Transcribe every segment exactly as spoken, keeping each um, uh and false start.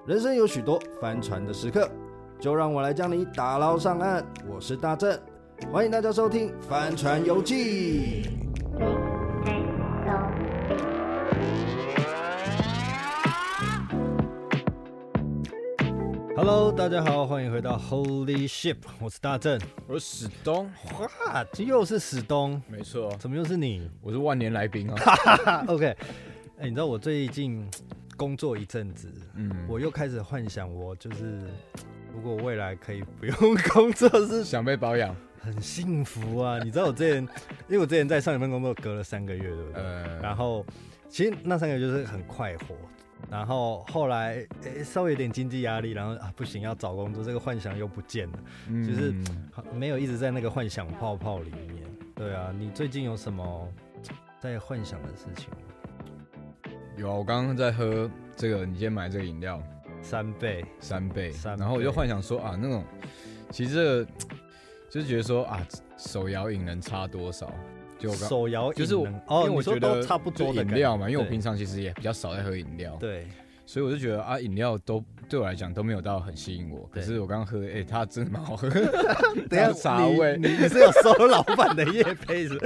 人生有许多帆船的时刻，就让我来将你打捞上岸。我是大正，欢迎大家收听《帆船游记》。Hello， 大家好，欢迎回到 Holy Ship， 我是大正， 我是史东。 哇，又是史东， 没错， 怎么又是你？ 我是万年来宾啊。 OK， 哎、欸，你知道我最近工作一阵子，嗯，我又开始幻想，我就是如果未来可以不用工作，是想被保养， 很幸福啊！你知道我之前，因为我之前在上一份工作隔了三个月，对不对？呃、然后其实那三个月就是很快活。然后后来、欸、稍微有点经济压力，然后啊不行要找工作，这个幻想又不见了，嗯、就是没有一直在那个幻想泡泡里面。对啊，你最近有什么在幻想的事情吗？ 有啊，我刚刚在喝这个，你今天买这个饮料， 三倍， 三倍， 三倍， 然后我就幻想说啊，那种其实这个就是觉得说啊，手摇饮能差多少？就我刚手摇饮就是我， 哦， 因为我觉得都差不多的饮料嘛，因为我平常其实也比较少在喝饮料， 对， 所以我就觉得啊，饮料都对我来讲都没有到很吸引我。可是我刚刚喝，哎、欸，它真的蛮好喝。等一下茶味， 你你是有收老板的业配是？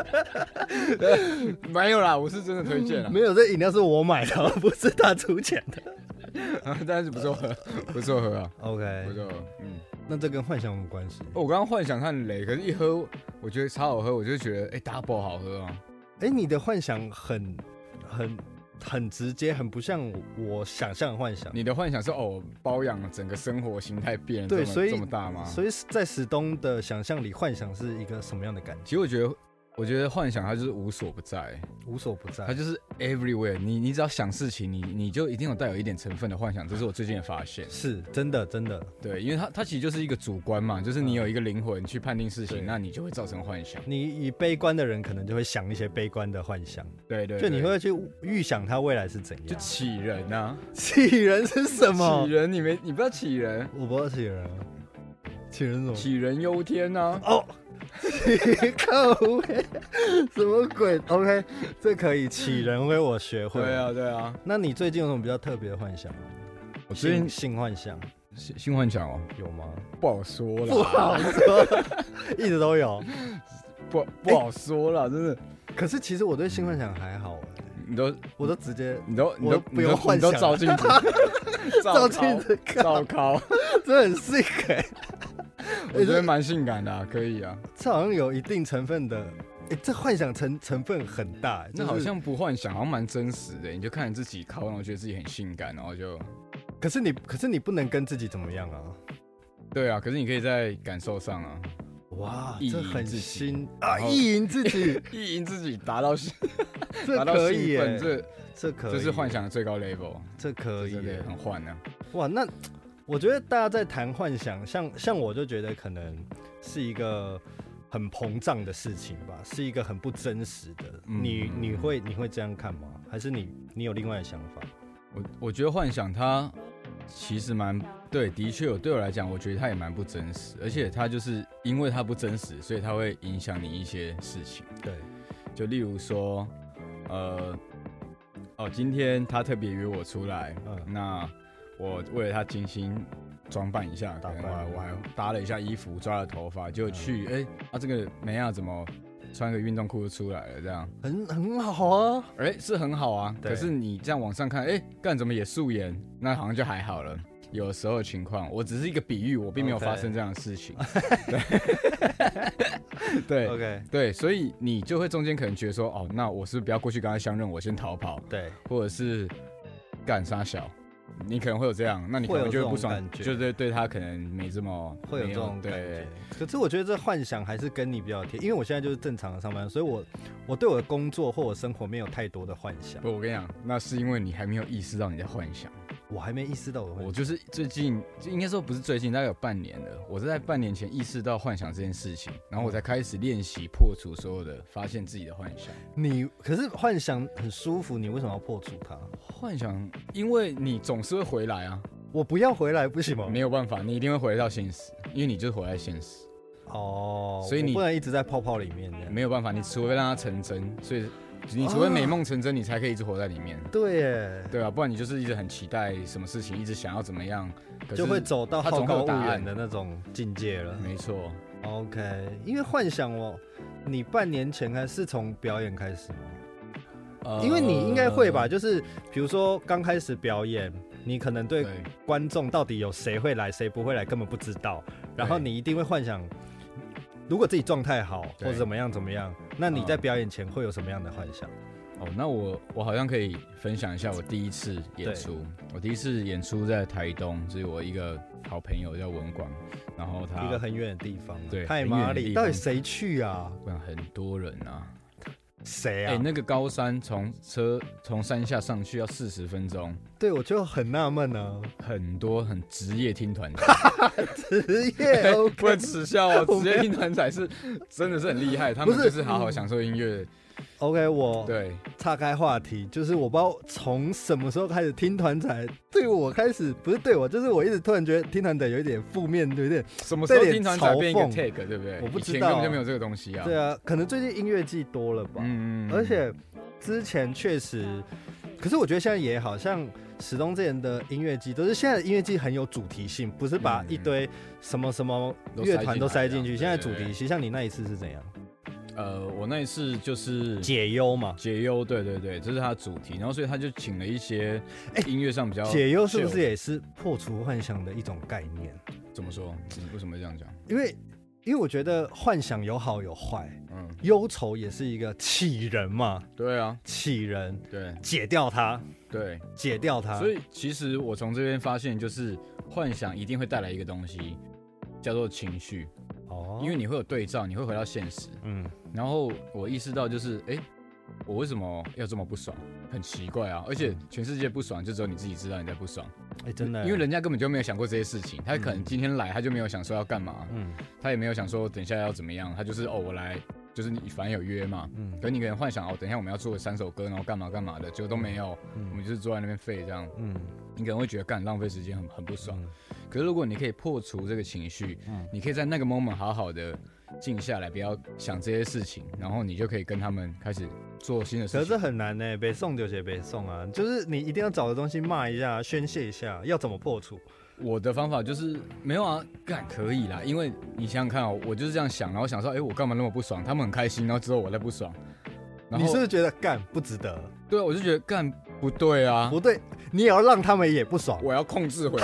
没有啦，我是真的推荐啦。 没有，这饮料是我买的，不是他出钱的。 啊，但是不错喝，不错喝啊。 OK， 不错喝，嗯。 那这跟幻想有什么关系？ 我刚刚幻想它很雷，可是一喝，我觉得超好喝，我就觉得哎、欸、，double 好喝啊！ 哎、欸，你的幻想很很很直接，很不像我想象的幻想。 你的幻想是哦，包养整个生活形态变对， 这么所以这么大吗？ 所以在史东的想象里，幻想是一个什么样的感觉？ 其实我觉得。我觉得幻想它就是无所不在， 无所不在， 它就是 everywhere 你。你你只要想事情，你你就一定有带有一点成分的幻想，这是我最近的发现。 是真的，真的。 对，因为它它其实就是一个主观嘛，就是你有一个灵魂去判定事情，嗯、那你就会造成幻想。 你以悲观的人可能就会想一些悲观的幻想， 对 对, 就对， 你会去预想他未来是怎样。 就杞人啊， 杞人是什么？ 杞人，你没你不知道杞人？ 我不知道杞人啊，杞人什么？ 杞人忧天啊！ 哦。靠北，什么鬼 ？OK， 这可以杞人会我学会。 对啊，对啊。 那你最近有什么比较特别的幻想吗？ 我最近性幻想， 性幻想哦， 有吗？ 不好说啦， 不好说，一直都有， 不不好说啦，真的。 可是其实我对性幻想还好哎， 你都我都直接， 你都你都不用幻想， 你都照镜子， 照镜子照靠， 真的很 sick 哎。 我觉得蛮性感的、啊，可以啊。 这好像有一定成分的，哎、欸，这幻想成成分很大、欸。 那好像不幻想，好像蛮真实的。你就看你自己靠，然后觉得自己很性感，然后就…… 可是你，可是你不能跟自己怎么样啊？ 对啊，可是你可以在感受上啊。 哇，这很新啊！ 意淫自己， 意淫自己达到这可以耶、 欸，这这可以， 这是幻想的最高 level， 这可以耶， 很幻啊！ 哇，那。我觉得大家在谈幻想，像像我就觉得可能是一个很膨胀的事情吧，是一个很不真实的。嗯、你你会你会这样看吗？还是你你有另外的想法？ 我我觉得幻想它其实蛮对，的确有对我来讲，我觉得它也蛮不真实，而且它就是因为它不真实，所以它会影响你一些事情。 对， 就例如说，呃，哦，今天他特别约我出来，嗯、那。我为了他精心装扮一下，可能我我还搭了一下衣服，抓了头发，就去哎、嗯欸，啊这个美亚怎么穿个运动裤就出来了？这样很很好啊， 哎、欸、是很好啊。可是你这样往上看，哎、欸、干怎么也素颜？那好像就还好了。有时候的情况，我只是一个比喻，我并没有发生这样的事情。Okay. 对对 ，OK， 对，所以你就会中间可能觉得说，哦，那我是不是不要过去跟他相认，我先逃跑？ 对， 或者是干杀小。你可能会有这样，那你可能就会不爽，就对对他可能没这么会有这种感觉。可是我觉得这幻想还是跟你比较贴，因为我现在就是正常的上班，所以我我对我的工作或我生活没有太多的幻想。 不，我跟你讲，那是因为你还没有意识到你在幻想。 我还没意识到我的幻想。 我就是最近，应该说不是最近，大概有半年了。我是在半年前意识到幻想这件事情，然后我才开始练习破除所有的，发现自己的幻想。 你可是幻想很舒服，你为什么要破除它？ 幻想，因为你总是会回来啊。 我不要回来不行吗？ 没有办法，你一定会回到现实，因为你就是活在现实。 哦， 所以你不能一直在泡泡里面。 没有办法，你除非让它成真，所以你除非美梦成真，你才可以一直活在里面。 对耶， 对啊，不然你就是一直很期待什么事情，一直想要怎么样， 就会走到好高骛远的那种境界了。 没错。 OK， 因为幻想我，你半年前还是从表演开始吗？呃、因为你应该会吧，就是比如说刚开始表演，你可能对观众到底有谁会来，谁不会来根本不知道，然后你一定会幻想。如果自己状态好，或者怎么样怎么样，那你在表演前会有什么样的幻想？ 哦，那我我好像可以分享一下我第一次演出。我第一次演出在台东，是我一个好朋友叫文广，然后他一个很远的地方， 对， 太麻里，到底谁去啊？ 很多人啊。 谁啊？ 哎、欸，那个高山从车从山下上去要四十分钟。 对，我就很纳闷呢。 很多很职业听团仔， 职业、okay、 不能耻笑哦，职业听团仔是真的是很厉害，他们就是好好享受音乐。 OK， 我对岔开话题，就是我不知道从什么时候开始听团仔对我开始不是对我，就是我一直突然觉得听团仔有一点负面，有点什么时候听团仔变一个 tag， 对不对？ 我不知道， 以前根本就没有这个东西啊。 对啊，可能最近音乐季多了吧。嗯，而且之前确实，可是我觉得现在也好像史东之前的音乐季都是现在的音乐季很有主题性，不是把一堆什么什么乐团都塞进去。现在主题其实像你那一次是怎样？ 呃，我那一次就是解忧嘛， 解忧，对对对，这是他的主题，然后所以他就请了一些音乐上比较、欸、 解忧是不是也是破除幻想的一种概念？ 怎么说？你为什么这样讲？ 因为因为我觉得幻想有好有坏，嗯，忧愁也是一个启人嘛， 对啊， 启人， 对， 解掉它， 对， 解掉它。 所以其实我从这边发现，就是幻想一定会带来一个东西，叫做情绪。哦，因为你会有对照，你会回到现实，嗯，然后我意识到就是，哎、欸，我为什么要这么不爽？很奇怪啊，而且全世界不爽，就只有你自己知道你在不爽。 哎、欸，真的， 因为人家根本就没有想过这些事情，他可能今天来，他就没有想说要干嘛，嗯，他也没有想说等一下要怎么样，他就是哦，我来，就是你反正有约嘛，嗯，可是你可能幻想哦，等一下我们要做三首歌，然后干嘛干嘛的，结果都没有，嗯、我们就是坐在那边废这样，嗯，你可能会觉得干浪费时间，很很不爽。嗯、可是如果你可以破除这个情绪，嗯，你可以在那个 moment 好好的静下来，不要想这些事情，然后你就可以跟他们开始做新的事情。 可是很难呢，北宋就写北宋啊，就是你一定要找个东西骂一下，宣泄一下，要怎么破除？ 我的方法就是没有啊，干可以啦，因为你想想看哦，我就是这样想，然后想说，哎、欸，我干嘛那么不爽？他们很开心，然后之后我在不爽，然后你是不是觉得干不值得？ 对啊，我就觉得干不对啊， 不对，你也要让他们也不爽， 我要控制回来。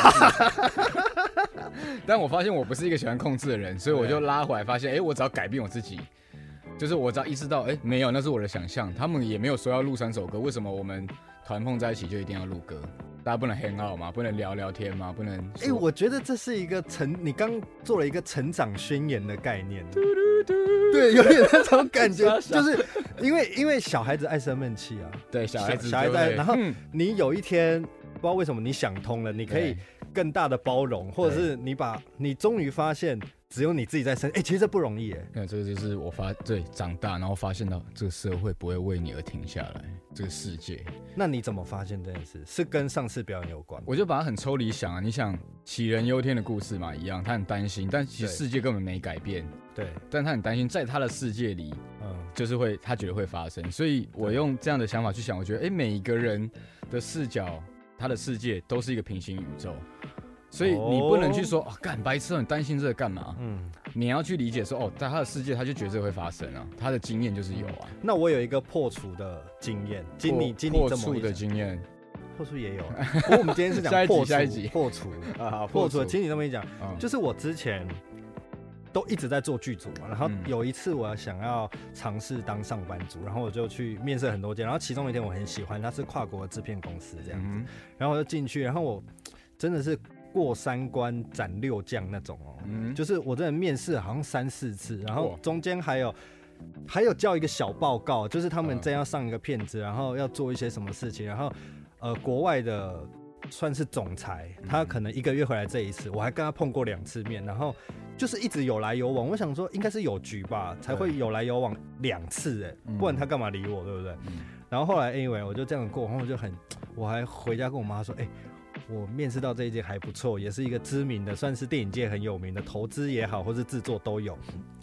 但我发现我不是一个喜欢控制的人，所以我就拉回来，发现，哎、欸，我只要改变我自己。就是我只要意识到，哎、欸，没有，那是我的想象。他们也没有说要录三首歌，为什么我们团碰在一起就一定要录歌？大家不能 hang out 吗？不能聊聊天吗？不能？ 哎、欸，我觉得这是一个成，你刚做了一个成长宣言的概念。对，有点那种感觉，就是因为因为小孩子爱生闷气啊， 对，小孩子小孩子爱，然后你有一天不知道为什么你想通了，你可以更大的包容，或者是你把你终于发现。只有你自己在生，哎、欸，其实这不容易哎。 那这个就是我发对长大，然后发现到这个社会不会为你而停下来，这个世界。 那你怎么发现这件事？是跟上次表演有关？ 我就把它很抽离想啊，你想杞人忧天的故事嘛，一样，他很担心，但其实世界根本没改变。 对， 但他很担心，在他的世界里，嗯，就是会，他觉得会发生。所以我用这样的想法去想，我觉得，哎、欸，每一个人的视角，他的世界都是一个平行宇宙。所以你不能去说啊，干白痴，很担心这个干嘛？嗯，你要去理解说，哦，在他的世界，他就觉得这会发生啊，他的经验就是有啊。 那我有一个破除的经验，经你经你这么破除的经验， 破除也有、啊。不过我们今天是讲破除， 下一集破除啊，破除。请你这么一讲、嗯，就是我之前都一直在做剧组嘛，然后有一次我想要尝试当上班族，然后我就去面试很多间，然后其中一间我很喜欢，它是跨国的制片公司这样子，嗯、然后我就进去，然后我真的是。过三关斩六将那种哦、喔嗯，就是我真的面试好像三四次，然后中间还有还有交一个小报告，就是他们正要上一个片子，然后要做一些什么事情，然后呃国外的算是总裁，他可能一个月回来这一次，我还跟他碰过两次面，然后就是一直有来有往，我想说应该是有局吧，才会有来有往两次哎、欸，不然他干嘛理我，对不对？嗯、然后后来 anyway 我就这样过，然后我就很，我还回家跟我妈说，哎、欸。我面试到这一届还不错，也是一个知名的，算是电影界很有名的，投资也好，或是制作都有。然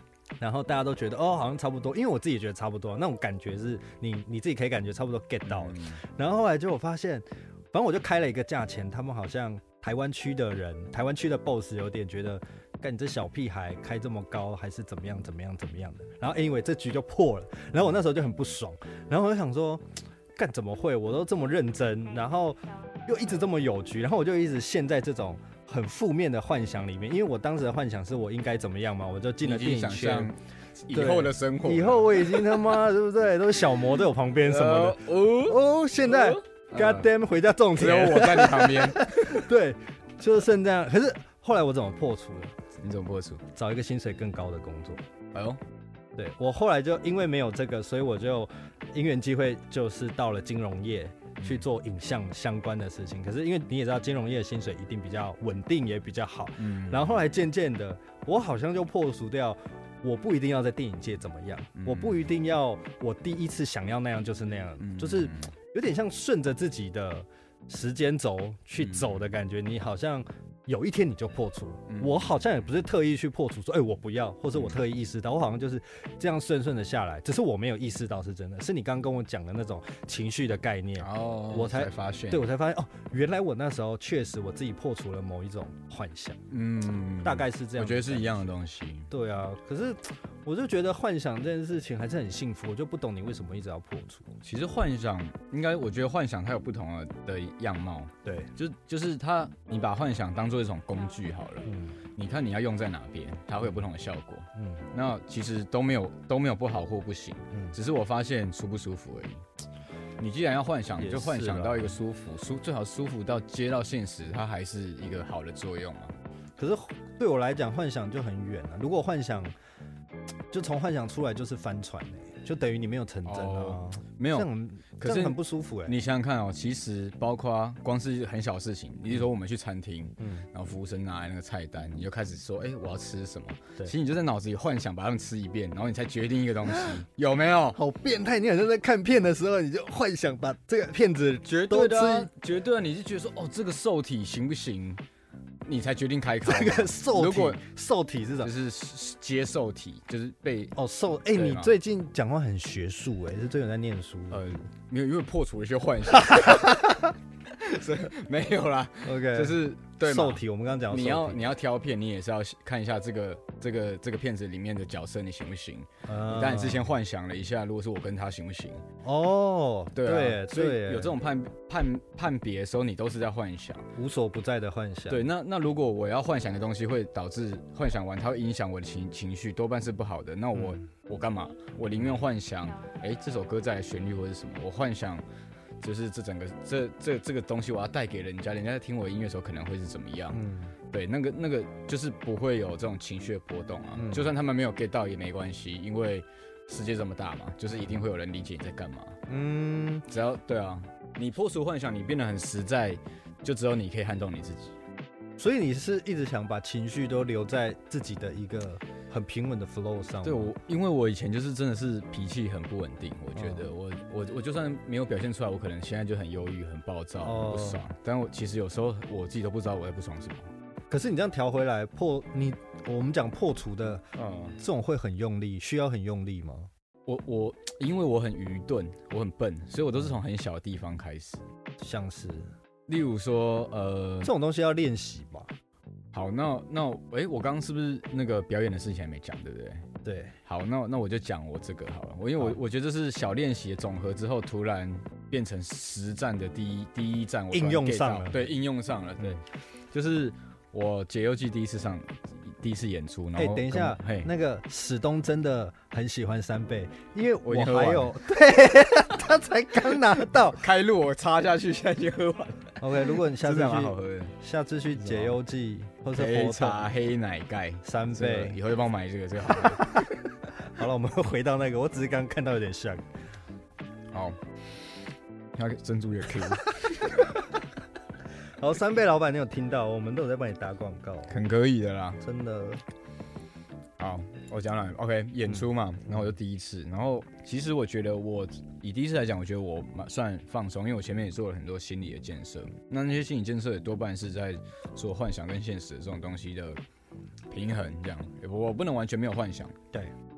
然后大家都觉得哦好像差不多，因为我自己也觉得差不多，那种感觉是你你自己可以感觉差不多 get 到了。嗯、然后后来就我发现，反正我就开了一个价钱，他们好像台湾区的人，台湾区的 boss 有点觉得，干你这小屁孩开这么高，还是怎么样怎么样怎么样的。然后 anyway 这局就破了，然后我那时候就很不爽，然后我就想说，干怎么会？我都这么认真，然后又一直这么有局，然后我就一直陷在这种很负面的幻想里面，因为我当时的幻想是我应该怎么样嘛，我就进了电影圈。 以后的生活， 以后我已经他妈对不对？都是小模在我旁边什么的。哦哦，现在、呃、God damn 回家种田， 只有我在你旁边。 对，就是剩这样。可是后来我怎么破除了？ 你怎么破除？ 找一个薪水更高的工作。 哎呦， 对我后来就因为没有这个，所以我就因缘机会就是到了金融业。去做影像相关的事情，可是因为你也知道，金融业的薪水一定比较稳定，也比较好。嗯，然后后来渐渐的，我好像就破除掉，我不一定要在电影界怎么样，嗯、我不一定要我第一次想要那样就是那样，嗯、就是有点像顺着自己的时间轴去走的感觉。嗯、你好像有一天你就破除，嗯、我好像也不是特意去破除，说哎、欸、我不要，或者我特意意识到，我好像就是这样顺顺的下来，只是我没有意识到是真的，是你刚刚跟我讲的那种情绪的概念， 哦， 我才才发现， 对我才发现哦，原来我那时候确实我自己破除了某一种幻想，嗯，大概是这样， 我觉得是一样的东西， 对啊，可是我就觉得幻想这件事情还是很幸福，我就不懂你为什么一直要破除。 其实幻想应该，我觉得幻想它有不同的样貌， 对， 就就是它，你把幻想当做一种工具好了，嗯，你看你要用在哪边，它会有不同的效果，嗯，那其实都没有都没有不好或不行，嗯，只是我发现舒不舒服而已。你既然要幻想，你就幻想到一个舒服，舒最好舒服到接到现实，它还是一个好的作用嘛。 可是对我来讲，幻想就很远了。如果幻想就从幻想出来就是帆船、欸、就等于你没有成真啊，哦、 没有， 这样可是很不舒服哎、欸。 你想想看哦，其实包括光是很小事情，比如说我们去餐厅，嗯，然后服务生拿来那个菜单，你就开始说，哎、欸，我要吃什么？其实你就在脑子里幻想把它们吃一遍，然后你才决定一个东西，有没有？ 好变态！你好像在看片的时候，你就幻想把这个片子绝对的、啊，绝对、啊，你是觉得说，哦，这个受体行不行？你才决定开口。 这个受体，如果受体是什么？ 就是接受体，就是被哦受。哎、欸，你最近讲话很学术哎、欸，是最近在念书？ 呃，没有，因为破除了一些幻想。所以没有啦 ，OK， 就是对受体。我们刚刚讲你要你要挑片，你也是要看一下这个这个这个片子里面的角色你行不行？嗯、你当然之前幻想了一下，如果是我跟他行不行？ 哦， 对、啊、 对， 所以有这种判判判别的时候，你都是在幻想， 无所不在的幻想。 对，那那如果我要幻想的东西会导致幻想完，它会影响我的情情绪，多半是不好的。那我、嗯、我干嘛？我宁愿幻想，哎、欸，这首歌在旋律或是什么？我幻想。就是这整个这这这个东西，我要带给人家，人家在听我音乐的时候可能会是怎么样？嗯，对，那个那个就是不会有这种情绪的波动啊。嗯、就算他们没有 get 到也没关系，因为世界这么大嘛，就是一定会有人理解你在干嘛。嗯，只要对啊，你破除幻想，你变得很实在，就只有你可以撼动你自己。 所以你是一直想把情绪都留在自己的一个很平稳的 flow 上。 对，我因为我以前就是真的是脾气很不稳定，我觉得我、哦、我我就算没有表现出来，我可能现在就很忧郁、很暴躁、哦、很不爽。但我其实有时候我自己都不知道我在不爽什么。 可是你这样调回来破你，我们讲破除的，嗯，这种会很用力，需要很用力吗？ 我我因为我很愚钝，我很笨，所以我都是从很小的地方开始， 像是。 例如说，呃， 这种东西要练习吧。 好，那那哎、欸，我刚刚是不是那个表演的事情还没讲，对不对？ 对。 好，那那我就讲我这个好了。我因为我我觉得这是小练习的总和之后，突然变成实战的第一第一站，我应用上了。 对，应用上了。对，嗯、就是我解忧记第一次上。第一次演出，然后、欸、 等一下，那个史东真的很喜欢三倍，因为我还有，对，他才刚拿到开路，我插下去，现在已经喝完了。 OK， 如果你下次去， 蛮好喝的， 下次去解忧记或是黑茶黑奶盖三倍， 以后就帮我买这个，这个好喝。 好了，我们回到那个，我只是刚刚看到有点像。 好，那珍珠也可以。 好，三倍老板，你有听到？我们都有在帮你打广告， 很可以的啦， 真的。 好，我讲了 ，OK， 演出嘛，然后我就第一次，然后其实我觉得我以第一次来讲，我觉得我算放松，因为我前面也做了很多心理的建设，那那些心理建设也多半是在做幻想跟现实的这种东西的平衡，这样，我不能完全没有幻想， 对。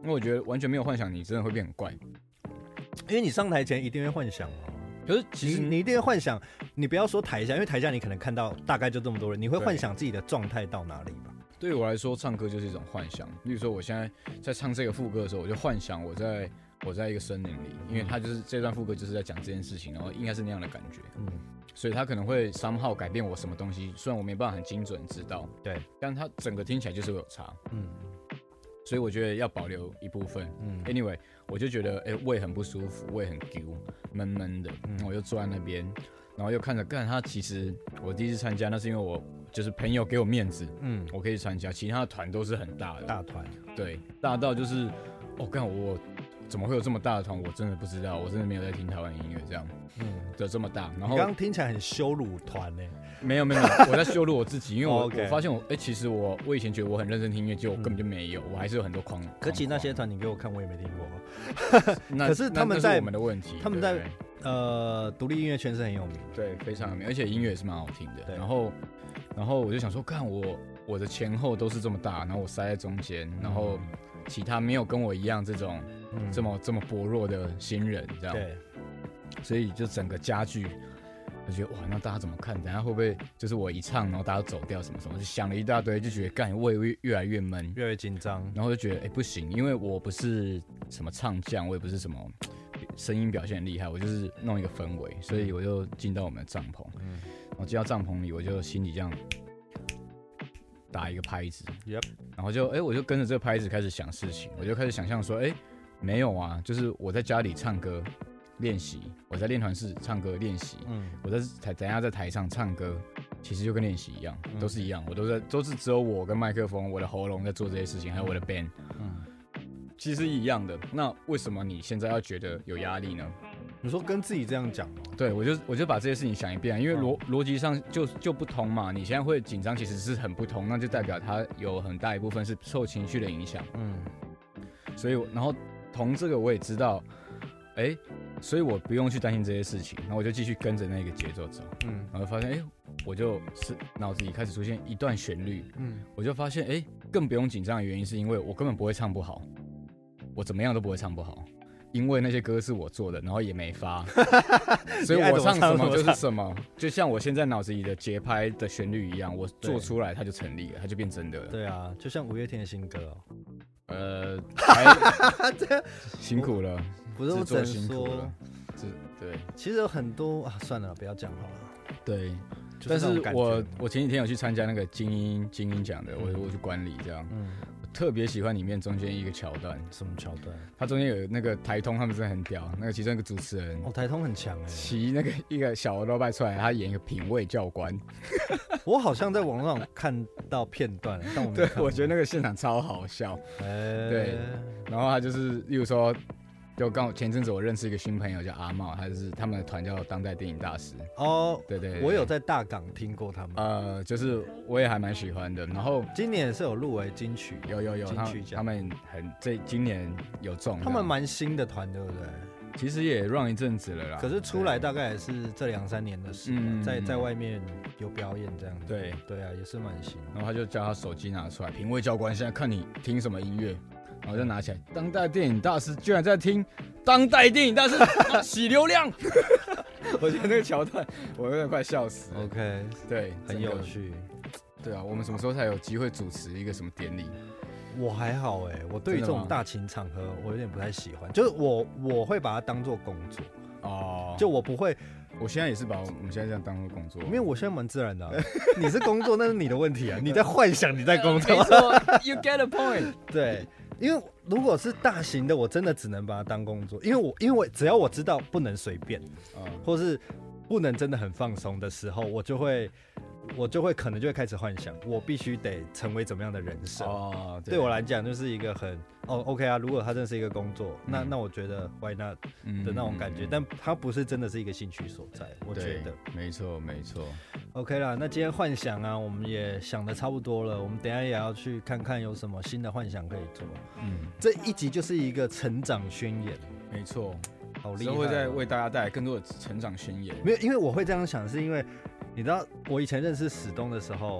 因为我觉得完全没有幻想，你真的会变很怪。 因为你上台前一定会幻想哦。 可是其实你, 你一定会幻想，你不要说台下，因为台下你可能看到大概就这么多人，你会幻想自己的状态到哪里吧？ 对于我来说，唱歌就是一种幻想。例如说，我现在在唱这个副歌的时候，我就幻想我在我在一个森林里，因为他就是这段副歌就是在讲这件事情，然后应该是那样的感觉。嗯，所以他可能会 somehow 改变我什么东西，虽然我没办法很精准知道，对，但他整个听起来就是会有差。嗯，所以我觉得要保留一部分。嗯 ，anyway， 我就觉得哎、欸、胃很不舒服，胃很丢，闷闷的，嗯，我就坐在那边，然后又看着，干他其实我第一次参加，那是因为我。就是朋友给我面子，嗯，我可以参加，其他的团都是很大的大团， 对，大到就是，哦，干我怎么会有这么大的团？我真的不知道，我真的没有在听台湾音乐这样，嗯，就这么大。然后刚刚听起来很羞辱团呢， 没有没有，我在羞辱我自己，因为我、oh, okay. 我发现我，哎、欸，其实我我以前觉得我很认真听音乐，结果我根本就没有，我还是有很多框。 可其实那些团你给我看，我也没听过。可是他们在我们的问题， 他们在呃独立音乐圈是很有名， 对，非常有名，而且音乐也是蛮好听的。然后。然后我就想说，看我我的前后都是这么大，然后我塞在中间，然后其他没有跟我一样这种、嗯、这么这么薄弱的新人，这样，对，所以就整个加剧，我觉得哇，那大家怎么看？等下会不会就是我一唱，然后大家走掉什么什么？就想了一大堆，就觉得干胃越越来越闷， 越来越紧张， 然后就觉得哎、欸、不行，因为我不是什么唱将，我也不是什么声音表现很厉害，我就是弄一个氛围，所以我就进到我们的帐篷。嗯，然后进到帐篷里，我就心里这样打一个拍子， yep. 然后就哎、欸，我就跟着这个拍子开始想事情，我就开始想象说，哎、欸，没有啊，就是我在家里唱歌练习，我在练团室唱歌练习，嗯，我在台等一下在台上唱歌，其实就跟练习一样，都是一样，我都在都是只有我跟麦克风，我的喉咙在做这些事情，还有我的 band， 嗯，其实一样的。那为什么你现在要觉得有压力呢？ 你说跟自己这样讲吗？ 对，我就我就把这些事情想一遍，因为逻逻辑上就就不同嘛。你现在会紧张，其实是很不同，那就代表它有很大一部分是受情绪的影响。嗯，所以然后从这个我也知道，哎、欸，所以我不用去担心这些事情，然后我就继续跟着那个节奏走。嗯，然后发现，哎、欸，我就是脑子里开始出现一段旋律。嗯，我就发现，哎、欸，更不用紧张的原因是因为我根本不会唱不好，我怎么样都不会唱不好。因为那些歌是我做的，然后也没发，所以我唱什么就是什么，就像我现在脑子里的节拍的旋律一样，我做出来它就成立了，它就变真的了。 对啊，就像五月天的新歌哦。 呃，还辛苦了， 不是我只能说， 对， 其实有很多啊，算了，不要讲好了。 对，但是我我前几天有去参加那个精英精英奖的，我我去管理这样。嗯。特别喜欢里面中间一个桥段， 什么桥段？ 它中间有那个台通，他们真的很屌。那个其中一个主持人， 哦，台通很强哎， 骑那个一个小欧拜出来，他演一个品味教官。 我好像在网络上看到片段，但我没看。 对，我觉得那个现场超好笑。欸、对，然后他就是，例如说。就刚好前阵子我认识一个新朋友叫阿茂，他是他们的团叫当代电影大师。哦，对 对, 對， 我有在大港听过他们。 呃，就是我也还蛮喜欢的。然后今年也是有入围金曲， 有有有金曲奖，他们很这今年有中。 他们蛮新的团，对不对？ 其实也 run 一阵子了啦。 可是出来大概也是这两三年的事，嗯、在在外面有表演这样子。 对对啊，也是蛮新。 然后他就叫他手机拿出来，品味教官，现在看你听什么音乐。然后就拿起来，当代电影大师居然在听当代电影大师洗流量，我觉得那个桥段我有点快笑死了。 OK， 对， 很有趣。 对啊，我们什么时候才有机会主持一个什么典礼？ 我还好哎、欸，我对于这种大型场合我有点不太喜欢，就是我我会把它当做工作哦，就我不会。 我现在也是把我们现在这样当做工作， 因为我现在蛮自然的、啊。你是工作，那是你的问题啊！你在幻想你在工作。 You get a point。 对，因为如果是大型的，我真的只能把它当工作，因为我因为我只要我知道不能随便，嗯、或是不能真的很放松的时候，我就会。我就会可能就会开始幻想，我必须得成为怎么样的人设。哦，对，对我来讲就是一个很哦 OK 啊，如果它真的是一个工作，嗯、那那我觉得 why not 的那种感觉，嗯、但它不是真的是一个兴趣所在，我觉得。 没错没错。 OK 啦，那今天幻想啊，我们也想的差不多了，我们等一下也要去看看有什么新的幻想可以做。嗯，这一集就是一个成长宣言。 没错， 好厉害、哦！ 会再为大家带来更多的成长宣言。 没有，因为我会这样想，是因为。你知道我以前认识史东的时候，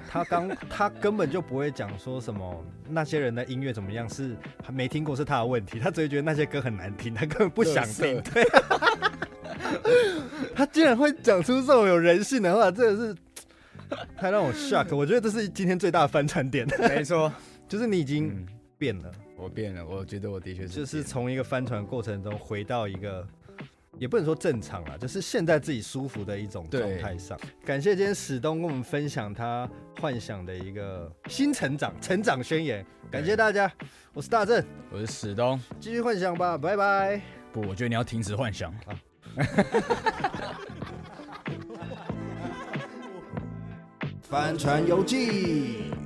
他刚他根本就不会讲说什么那些人的音乐怎么样，是没听过是他的问题，他只会觉得那些歌很难听，他根本不想听。对，他竟然会讲出这种有人性的话，真的是太让我 shock。我觉得这是今天最大的翻船点。 没错， 就是你已经变了， 嗯、我变了，我觉得我的确是， 就是从一个翻船过程中回到一个。也不能说正常啦，就是现在自己舒服的一种状态上。感谢今天史东跟我们分享他幻想的一个新成长、成长宣言。感谢大家，我是大正， 我是史东， 继续幻想吧，拜拜。 不，我觉得你要停止幻想。啊、 帆船游记。